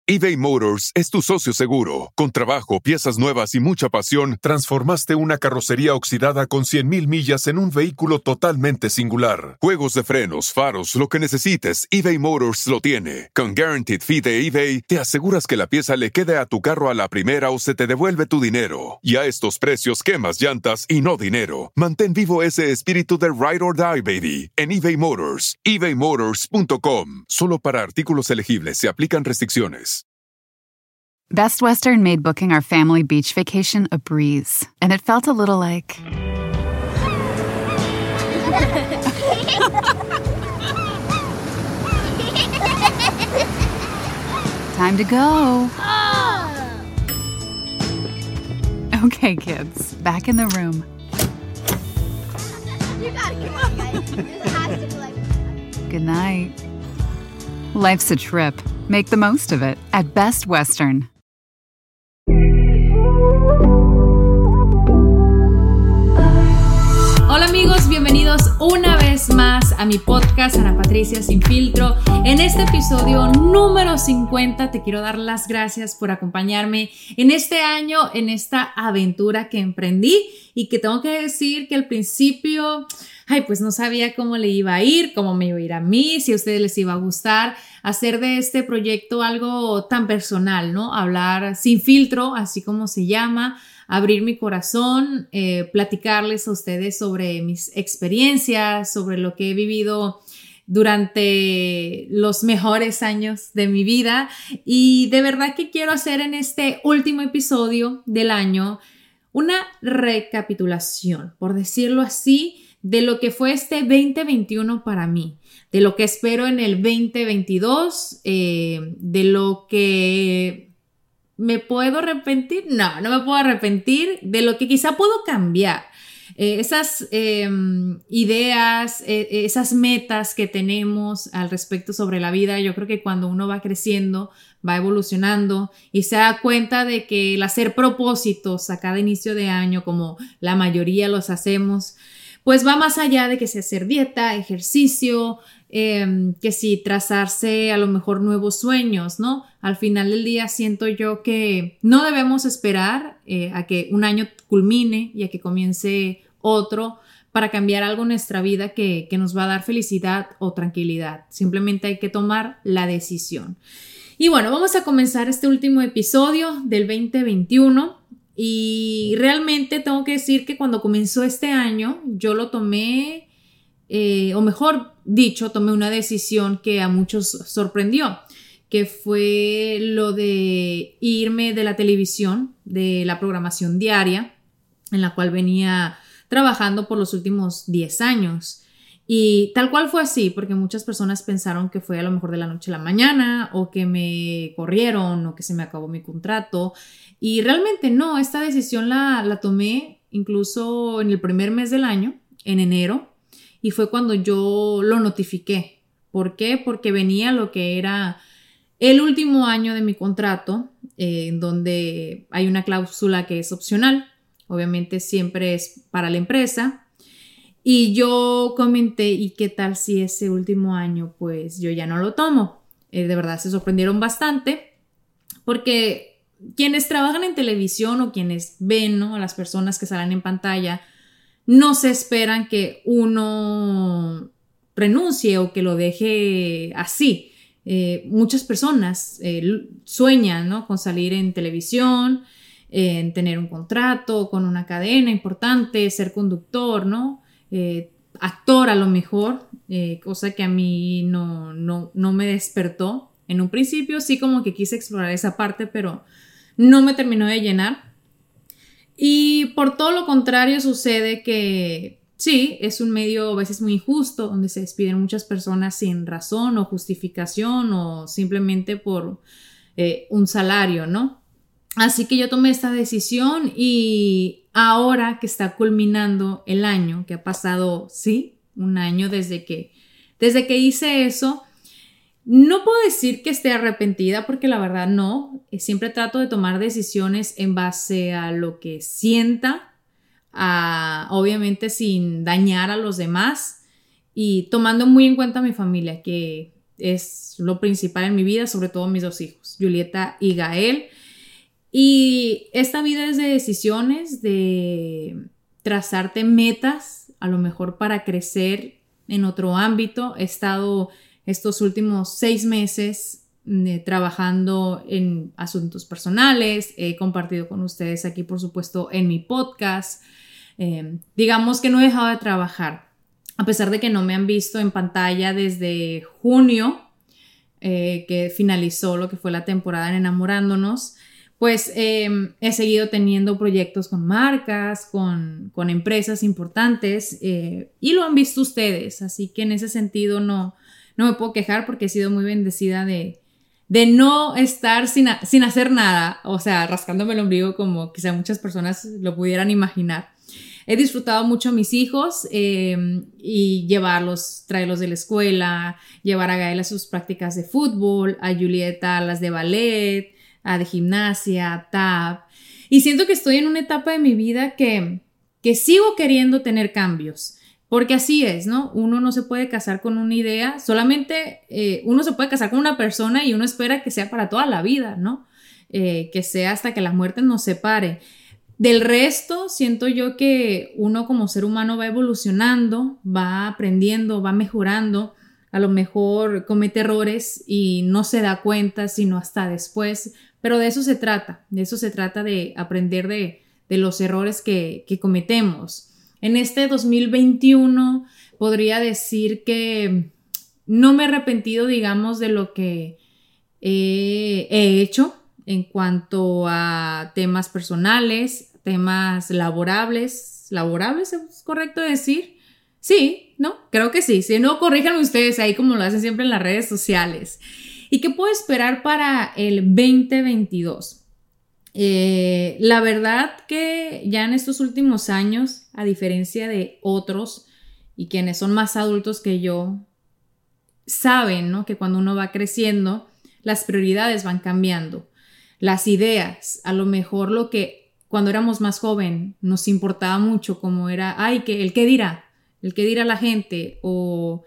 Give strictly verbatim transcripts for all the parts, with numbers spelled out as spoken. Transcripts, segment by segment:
eBay Motors es tu socio seguro. Con trabajo, piezas nuevas y mucha pasión, transformaste una carrocería oxidada con cien mil millas en un vehículo totalmente singular. Juegos de frenos, faros, lo que necesites, eBay Motors lo tiene. Con Guaranteed Fee de eBay, te aseguras que la pieza le quede a tu carro a la primera o se te devuelve tu dinero. Y a estos precios, quemas llantas y no dinero. Mantén vivo ese espíritu de Ride or Die, baby, en eBay Motors. ebay motors punto com. Solo para artículos elegibles se aplican restricciones. Best Western made booking our family beach vacation a breeze, and it felt a little like... Time to go. Okay, kids, back in the room. You gotta come on, guys. This has to be like... Good night. Life's a trip. Make the most of it at Best Western. Hola amigos, bienvenidos una vez más a mi podcast Ana Patricia Sin Filtro. En este episodio número cincuenta te quiero dar las gracias por acompañarme en este año, en esta aventura que emprendí y que tengo que decir que al principio, ay, pues no sabía cómo le iba a ir, cómo me iba a ir a mí, si a ustedes les iba a gustar hacer de este proyecto algo tan personal, ¿no? Hablar sin filtro, así como se llama. Abrir mi corazón, eh, platicarles a ustedes sobre mis experiencias, sobre lo que he vivido durante los mejores años de mi vida. Y de verdad que quiero hacer en este último episodio del año una recapitulación, por decirlo así, de lo que fue este veinte veintiuno para mí, de lo que espero en el veinte veintidós, eh, de lo que... ¿Me puedo arrepentir? No, no me puedo arrepentir de lo que quizá puedo cambiar. Eh, esas eh, ideas, eh, esas metas que tenemos al respecto sobre la vida, yo creo que cuando uno va creciendo, va evolucionando y se da cuenta de que el hacer propósitos a cada inicio de año, como la mayoría los hacemos, pues va más allá de que sea hacer dieta, ejercicio, eh, que sí trazarse a lo mejor nuevos sueños, ¿no? Al final del día siento yo que no debemos esperar eh, a que un año culmine y a que comience otro para cambiar algo en nuestra vida que, que nos va a dar felicidad o tranquilidad. Simplemente hay que tomar la decisión. Y bueno, vamos a comenzar este último episodio del veinte veintiuno. Y realmente tengo que decir que cuando comenzó este año yo lo tomé, eh, o mejor dicho, tomé una decisión que a muchos sorprendió, que fue lo de irme de la televisión, de la programación diaria, en la cual venía trabajando por los últimos diez años. Y tal cual fue así, porque muchas personas pensaron que fue a lo mejor de la noche a la mañana, o que me corrieron, o que se me acabó mi contrato. Y realmente no, esta decisión la, la tomé incluso en el primer mes del año, en enero, y fue cuando yo lo notifiqué. ¿Por qué? Porque venía lo que era el último año de mi contrato, eh, en donde hay una cláusula que es opcional. Obviamente siempre es para la empresa. Y yo comenté, ¿y qué tal si ese último año pues yo ya no lo tomo? Eh, de verdad se sorprendieron bastante porque quienes trabajan en televisión o quienes ven, ¿no?, a las personas que salen en pantalla, no se esperan que uno renuncie o que lo deje así. Eh, muchas personas eh, sueñan, ¿no?, con salir en televisión, eh, en tener un contrato con una cadena importante, ser conductor, ¿no? Eh, actor a lo mejor, eh, cosa que a mí no, no, no me despertó. En un principio sí como que quise explorar esa parte, pero no me terminó de llenar. Y por todo lo contrario sucede que sí, es un medio a veces muy injusto, donde se despiden muchas personas sin razón o justificación o simplemente por eh, un salario, ¿no? Así que yo tomé esta decisión y ahora que está culminando el año, que ha pasado, sí, un año desde que, desde que hice eso, no puedo decir que esté arrepentida porque la verdad no. Siempre trato de tomar decisiones en base a lo que sienta, a, obviamente sin dañar a los demás y tomando muy en cuenta a mi familia, que es lo principal en mi vida, sobre todo mis dos hijos, Julieta y Gael. Y esta vida es de decisiones, de trazarte metas, a lo mejor para crecer en otro ámbito. He estado estos últimos seis meses eh, trabajando en asuntos personales, he compartido con ustedes aquí, por supuesto, en mi podcast. Eh, digamos que no he dejado de trabajar, a pesar de que no me han visto en pantalla desde junio, eh, que finalizó lo que fue la temporada en Enamorándonos. Pues eh, he seguido teniendo proyectos con marcas, con, con empresas importantes eh, y lo han visto ustedes, así que en ese sentido no, no me puedo quejar porque he sido muy bendecida de, de no estar sin, sin hacer nada, o sea, rascándome el ombligo como quizá muchas personas lo pudieran imaginar. He disfrutado mucho a mis hijos eh, y llevarlos, traerlos de la escuela, llevar a Gael a sus prácticas de fútbol, a Julieta a las de ballet, a de gimnasia, tap, y siento que estoy en una etapa de mi vida que, que sigo queriendo tener cambios, porque así es, ¿no? Uno no se puede casar con una idea, solamente eh, uno se puede casar con una persona y uno espera que sea para toda la vida, ¿no? Eh, que sea hasta que la muerte nos separe. Del resto, siento yo que uno como ser humano va evolucionando, va aprendiendo, va mejorando. A lo mejor comete errores y no se da cuenta sino hasta después, pero de eso se trata, de eso se trata de aprender de, de los errores que, que cometemos. En este dos mil veintiuno podría decir que no me he arrepentido, digamos, de lo que he, he hecho en cuanto a temas personales, temas laborables, laborables, ¿es correcto decir? Sí, ¿no? Creo que sí. Si no, corríjanme ustedes ahí como lo hacen siempre en las redes sociales. ¿Y qué puedo esperar para el veinte veintidós? Eh, la verdad que ya en estos últimos años, a diferencia de otros y quienes son más adultos que yo, saben, ¿no? Que cuando uno va creciendo, las prioridades van cambiando. Las ideas, a lo mejor lo que cuando éramos más joven nos importaba mucho, como era, ay, que el qué dirá. El que dirá la gente o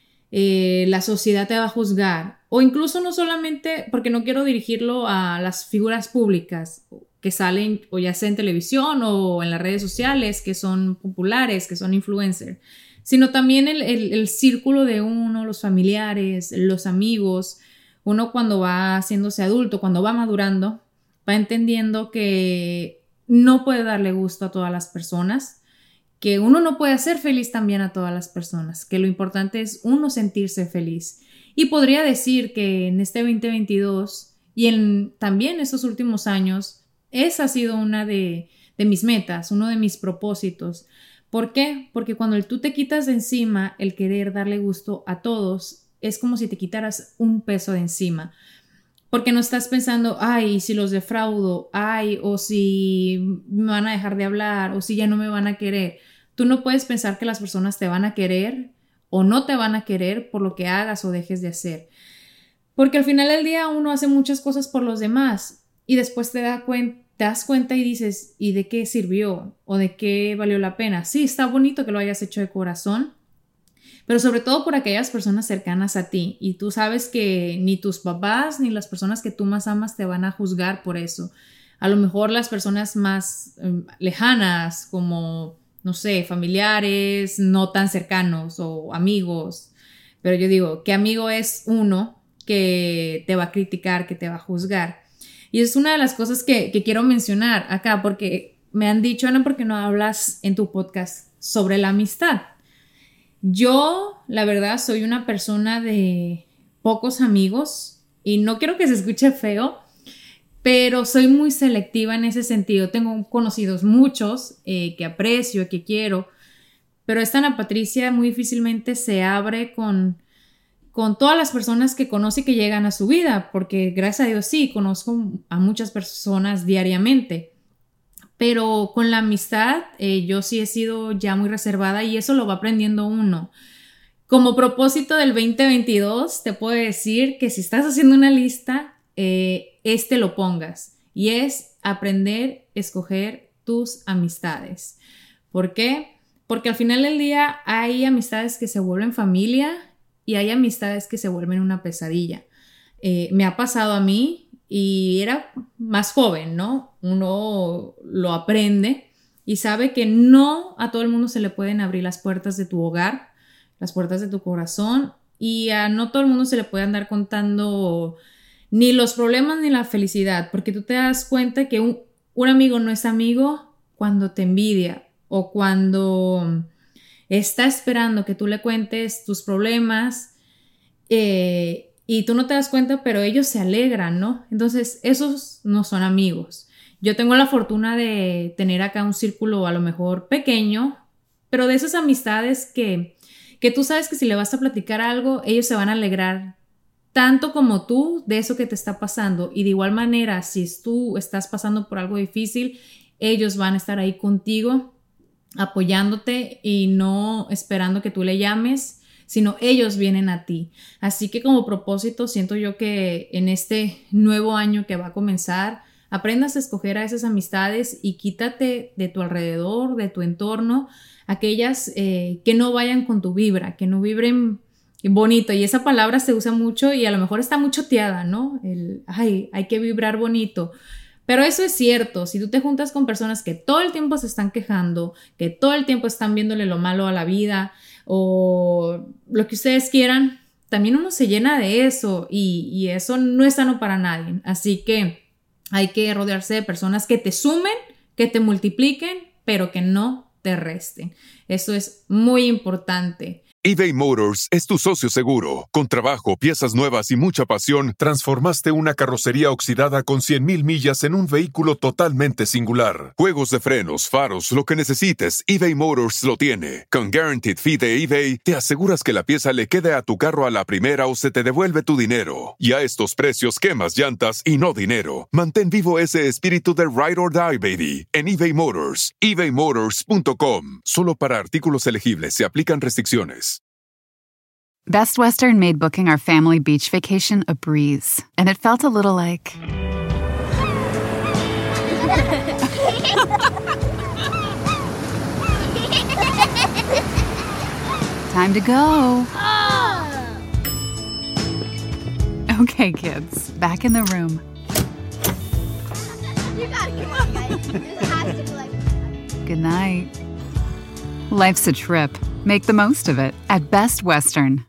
eh, la sociedad te va a juzgar, o incluso no solamente, porque no quiero dirigirlo a las figuras públicas que salen o ya sea en televisión o en las redes sociales, que son populares, que son influencers, sino también el, el, el círculo de uno, los familiares, los amigos. Uno cuando va haciéndose adulto, cuando va madurando, va entendiendo que no puede darle gusto a todas las personas, que uno no puede hacer feliz también a todas las personas, que lo importante es uno sentirse feliz. Y podría decir que en este veinte veintidós y en también estos últimos años, esa ha sido una de, de mis metas, uno de mis propósitos. ¿Por qué? Porque cuando tú te quitas de encima el querer darle gusto a todos, es como si te quitaras un peso de encima. Porque no estás pensando, ay, si los defraudo, ay, o si me van a dejar de hablar, o si ya no me van a querer. Tú no puedes pensar que las personas te van a querer o no te van a querer por lo que hagas o dejes de hacer. Porque al final del día uno hace muchas cosas por los demás y después te, da cuen- te das cuenta y dices, ¿y de qué sirvió? ¿O de qué valió la pena? Sí, está bonito que lo hayas hecho de corazón, pero sobre todo por aquellas personas cercanas a ti. Y tú sabes que ni tus papás ni las personas que tú más amas te van a juzgar por eso. A lo mejor las personas más eh, lejanas, como, no sé, familiares no tan cercanos o amigos. Pero yo digo, ¿qué amigo es uno que te va a criticar, que te va a juzgar? Y es una de las cosas que, que quiero mencionar acá, porque me han dicho, Ana, ¿por qué no hablas en tu podcast sobre la amistad? Yo, la verdad, soy una persona de pocos amigos y no quiero que se escuche feo, pero soy muy selectiva en ese sentido. Tengo conocidos muchos eh, que aprecio, que quiero, pero esta Ana Patricia muy difícilmente se abre con, con todas las personas que conoce y que llegan a su vida, porque gracias a Dios sí, conozco a muchas personas diariamente. Pero con la amistad eh, yo sí he sido ya muy reservada y eso lo va aprendiendo uno. Como propósito del veinte veintidós te puedo decir que si estás haciendo una lista, eh, este lo pongas. Y es aprender a escoger tus amistades. ¿Por qué? Porque al final del día hay amistades que se vuelven familia y hay amistades que se vuelven una pesadilla. Eh, me ha pasado a mí y era más joven, ¿no? Uno lo aprende y sabe que no a todo el mundo se le pueden abrir las puertas de tu hogar, las puertas de tu corazón, y a no todo el mundo se le puede andar contando ni los problemas ni la felicidad, porque tú te das cuenta que un, un amigo no es amigo cuando te envidia o cuando está esperando que tú le cuentes tus problemas eh, y tú no te das cuenta, pero ellos se alegran, ¿no? Entonces, esos no son amigos. Yo tengo la fortuna de tener acá un círculo a lo mejor pequeño, pero de esas amistades que, que tú sabes que si le vas a platicar algo, ellos se van a alegrar tanto como tú de eso que te está pasando. Y de igual manera, si tú estás pasando por algo difícil, ellos van a estar ahí contigo, apoyándote y no esperando que tú le llames, sino ellos vienen a ti. Así que como propósito, siento yo que en este nuevo año que va a comenzar, aprendas a escoger a esas amistades y quítate de tu alrededor, de tu entorno, aquellas eh, que no vayan con tu vibra, que no vibren bonito. Y esa palabra se usa mucho y a lo mejor está muy choteada, ¿no? El, ay, hay que vibrar bonito. Pero eso es cierto. Si tú te juntas con personas que todo el tiempo se están quejando, que todo el tiempo están viéndole lo malo a la vida o lo que ustedes quieran, también uno se llena de eso y, y eso no es sano para nadie. Así que hay que rodearse de personas que te sumen, que te multipliquen, pero que no te resten. Eso es muy importante. eBay Motors es tu socio seguro. Con trabajo, piezas nuevas y mucha pasión, transformaste una carrocería oxidada con cien mil millas en un vehículo totalmente singular. Juegos de frenos, faros, lo que necesites, eBay Motors lo tiene. Con Guaranteed Fee de eBay, te aseguras que la pieza le quede a tu carro a la primera o se te devuelve tu dinero. Y a estos precios, quemas llantas y no dinero. Mantén vivo ese espíritu de Ride or Die, baby, en eBay Motors. ebay motors punto com. Solo para artículos elegibles se aplican restricciones. Best Western made booking our family beach vacation a breeze, and it felt a little like... Time to go. Okay, kids, back in the room. You gotta come on, guys. This has to be like... Good night. Life's a trip. Make the most of it at Best Western.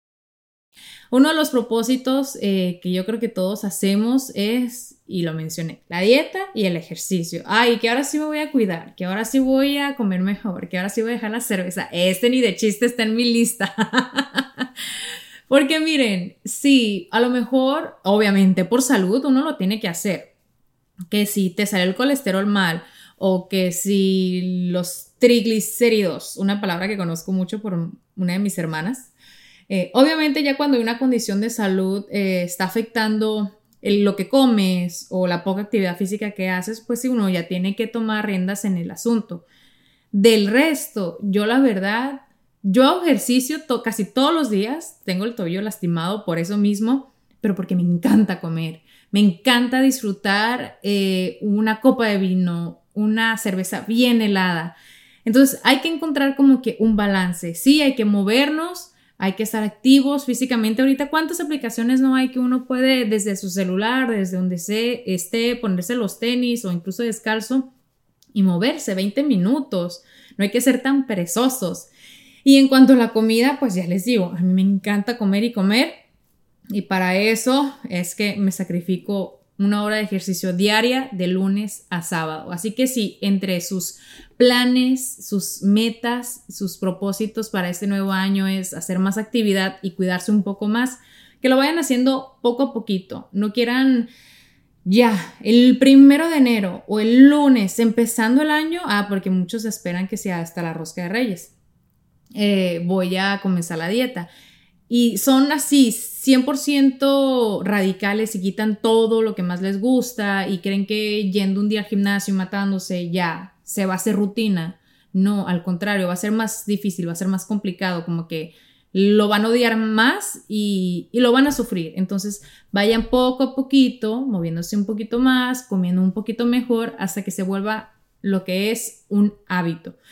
Uno de los propósitos eh, que yo creo que todos hacemos es, y lo mencioné, la dieta y el ejercicio. Ay, que ahora sí me voy a cuidar, que ahora sí voy a comer mejor, que ahora sí voy a dejar la cerveza. Este ni de chiste está en mi lista. Porque miren, sí, a lo mejor, obviamente por salud uno lo tiene que hacer. Que si te sale el colesterol mal o que si los triglicéridos, una palabra que conozco mucho por una de mis hermanas, Eh, obviamente ya cuando hay una condición de salud eh, está afectando el, lo que comes o la poca actividad física que haces, pues sí, uno ya tiene que tomar riendas en el asunto. Del resto, yo la verdad, yo hago ejercicio to- casi todos los días, tengo el tobillo lastimado por eso mismo, pero porque me encanta comer, me encanta disfrutar eh, una copa de vino, una cerveza bien helada. Entonces hay que encontrar como que un balance, sí, hay que movernos, hay que estar activos físicamente. Ahorita, ¿cuántas aplicaciones no hay que uno puede desde su celular, desde donde se esté, ponerse los tenis o incluso descalzo y moverse veinte minutos? No hay que ser tan perezosos. Y en cuanto a la comida, pues ya les digo, a mí me encanta comer y comer. Y para eso es que me sacrifico una hora de ejercicio diaria de lunes a sábado. Así que sí, entre sus planes, sus metas, sus propósitos para este nuevo año es hacer más actividad y cuidarse un poco más, que lo vayan haciendo poco a poquito. No quieran ya el primero de enero o el lunes empezando el año, ah, porque muchos esperan que sea hasta la rosca de Reyes. Eh, voy a comenzar la dieta. Y son así cien por ciento radicales y quitan todo lo que más les gusta y creen que yendo un día al gimnasio y matándose ya se va a hacer rutina. No, al contrario, va a ser más difícil, va a ser más complicado, como que lo van a odiar más y, y lo van a sufrir. Entonces vayan poco a poquito, moviéndose un poquito más, comiendo un poquito mejor hasta que se vuelva lo que es un hábito.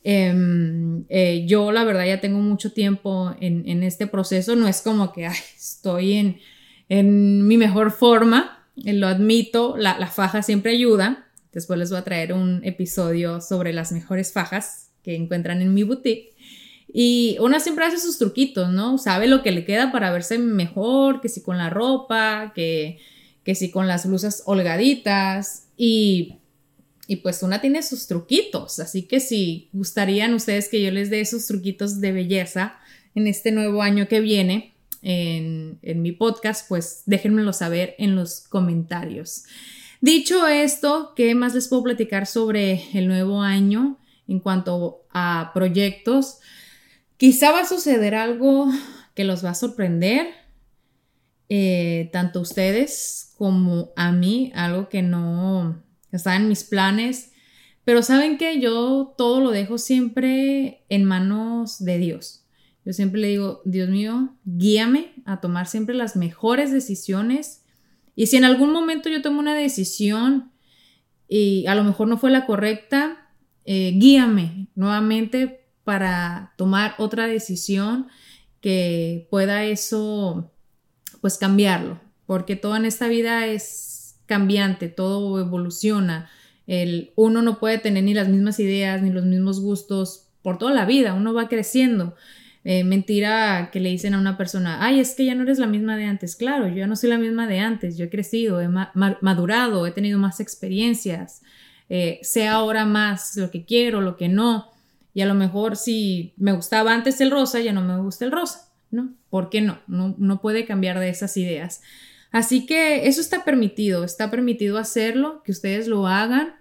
Eh, eh, yo la verdad ya tengo mucho tiempo en, en este proceso, no es como que ay, estoy en, en mi mejor forma, eh, lo admito, la, la faja siempre ayuda. Después les voy a traer un episodio sobre las mejores fajas que encuentran en mi boutique. Y uno siempre hace sus truquitos, ¿no? Sabe lo que le queda para verse mejor, que si con la ropa, que, que si con las blusas holgaditas. Y, y pues una tiene sus truquitos. Así que si gustarían ustedes que yo les dé esos truquitos de belleza en este nuevo año que viene en, en mi podcast, pues déjenmelo saber en los comentarios. Dicho esto, ¿qué más les puedo platicar sobre el nuevo año en cuanto a proyectos? Quizá va a suceder algo que los va a sorprender, eh, tanto a ustedes como a mí, algo que no está en mis planes, pero saben que yo todo lo dejo siempre en manos de Dios. Yo siempre le digo, Dios mío, guíame a tomar siempre las mejores decisiones. Y si en algún momento yo tomo una decisión y a lo mejor no fue la correcta, eh, guíame nuevamente para tomar otra decisión que pueda eso, pues cambiarlo. Porque todo en esta vida es cambiante, todo evoluciona. El, uno no puede tener ni las mismas ideas ni los mismos gustos por toda la vida, uno va creciendo. Eh, mentira que le dicen a una persona, ay, es que ya no eres la misma de antes. Claro, yo ya no soy la misma de antes, yo he crecido, he ma- madurado, he tenido más experiencias, eh, sé ahora más lo que quiero, lo que no, y a lo mejor si me gustaba antes el rosa, ya no me gusta el rosa, ¿no? ¿Por qué no? No, no puede cambiar de esas ideas. Así que eso está permitido, está permitido hacerlo, que ustedes lo hagan,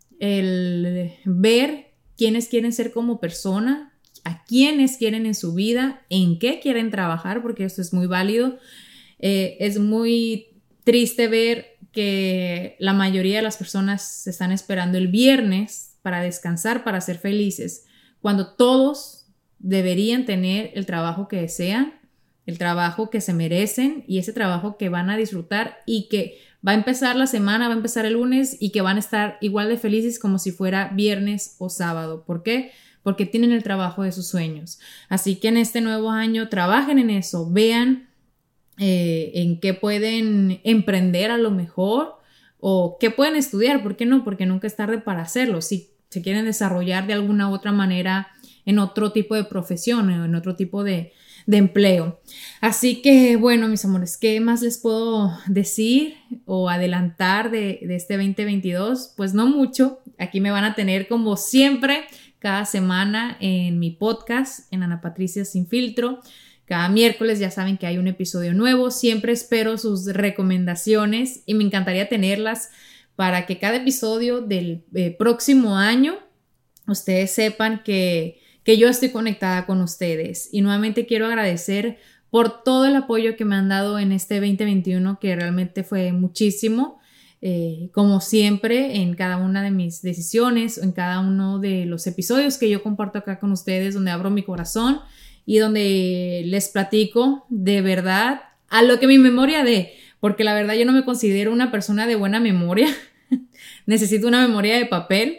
el ver quiénes quieren ser como persona, a quiénes quieren en su vida, en qué quieren trabajar, porque esto es muy válido. Eh, es muy triste ver que la mayoría de las personas se están esperando el viernes para descansar, para ser felices, cuando todos deberían tener el trabajo que desean, el trabajo que se merecen y ese trabajo que van a disfrutar y que va a empezar la semana, va a empezar el lunes y que van a estar igual de felices como si fuera viernes o sábado. ¿Por qué? Porque tienen el trabajo de sus sueños. Así que en este nuevo año trabajen en eso, vean eh, en qué pueden emprender a lo mejor o qué pueden estudiar, ¿por qué no? Porque nunca es tarde para hacerlo. Si se quieren desarrollar de alguna u otra manera en otro tipo de profesión o en otro tipo de, de empleo. Así que bueno, mis amores, ¿qué más les puedo decir o adelantar de, de este veinte veintidós? Pues no mucho. Aquí me van a tener como siempre cada semana en mi podcast, en Ana Patricia Sin Filtro. Cada miércoles ya saben que hay un episodio nuevo. Siempre espero sus recomendaciones y me encantaría tenerlas para que cada episodio del eh, próximo año ustedes sepan que, que yo estoy conectada con ustedes. Y nuevamente quiero agradecer por todo el apoyo que me han dado en este veinte veintiuno, que realmente fue muchísimo. Eh, como siempre, en cada una de mis decisiones, en cada uno de los episodios que yo comparto acá con ustedes, donde abro mi corazón y donde les platico de verdad a lo que mi memoria dé, porque la verdad yo no me considero una persona de buena memoria, necesito una memoria de papel,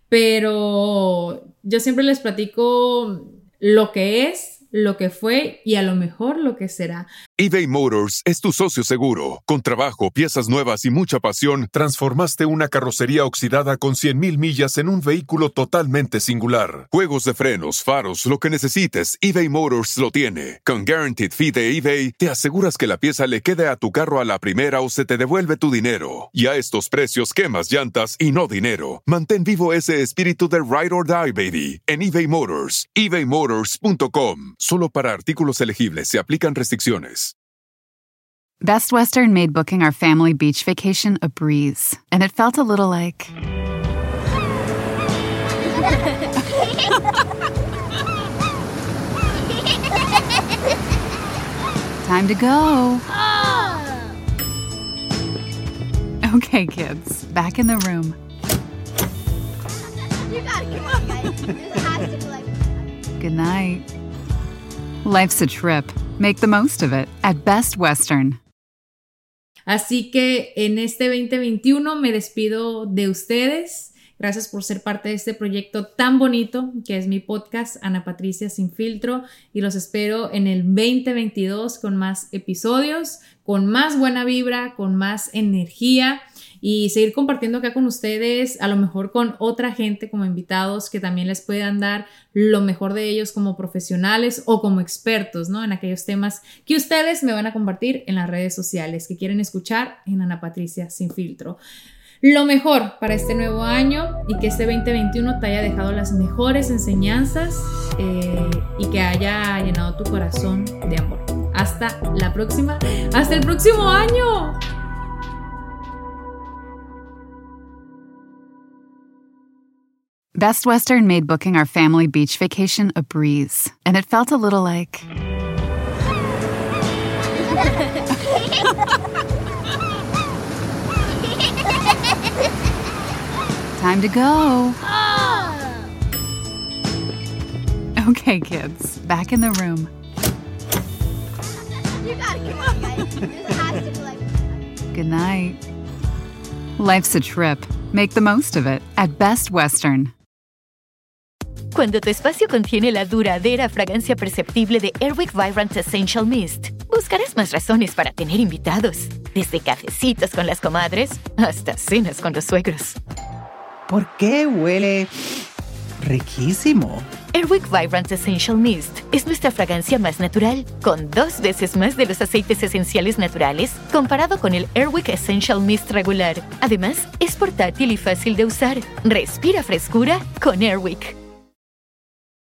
pero yo siempre les platico lo que es, lo que fue y a lo mejor lo que será. eBay Motors es tu socio seguro. Con trabajo, piezas nuevas y mucha pasión, transformaste una carrocería oxidada con cien mil millas en un vehículo totalmente singular. Juegos de frenos, faros, lo que necesites, eBay Motors lo tiene. Con Guaranteed Fee de eBay, te aseguras que la pieza le quede a tu carro a la primera o se te devuelve tu dinero. Y a estos precios, quemas llantas y no dinero. Mantén vivo ese espíritu de Ride or Die, baby, en eBay Motors. ebay motors punto com. Solo para artículos elegibles se aplican restricciones. Best Western made booking our family beach vacation a breeze, and it felt a little like... Time to go. Okay, kids, back in the room. You gotta come on, guys. This has to be like... Good night. Life's a trip. Make the most of it at Best Western. Así que en este veinte veintiuno me despido de ustedes. Gracias por ser parte de este proyecto tan bonito que es mi podcast Ana Patricia Sin Filtro, y los espero en el veinte veintidós con más episodios, con más buena vibra, con más energía, y seguir compartiendo acá con ustedes, a lo mejor con otra gente como invitados que también les puedan dar lo mejor de ellos como profesionales o como expertos, ¿no? En aquellos temas que ustedes me van a compartir en las redes sociales, que quieren escuchar en Ana Patricia Sin Filtro. Lo mejor para este nuevo año, y que este veinte veintiuno te haya dejado las mejores enseñanzas eh, y que haya llenado tu corazón de amor. Hasta la próxima, hasta el próximo año. Best Western made booking our family beach vacation a breeze, and it felt a little like... Time to go. Oh. Okay, kids, back in the room. You gotta come on, guys. This has to be like... Good night. Life's a trip. Make the most of it at Best Western. Cuando tu espacio contiene la duradera fragancia perceptible de Airwick Vibrant Essential Mist, buscarás más razones para tener invitados, desde cafecitos con las comadres hasta cenas con los suegros. ¿Por qué huele riquísimo? Airwick Vibrant Essential Mist es nuestra fragancia más natural, con dos veces más de los aceites esenciales naturales comparado con el Airwick Essential Mist regular. Además, es portátil y fácil de usar. Respira frescura con Airwick.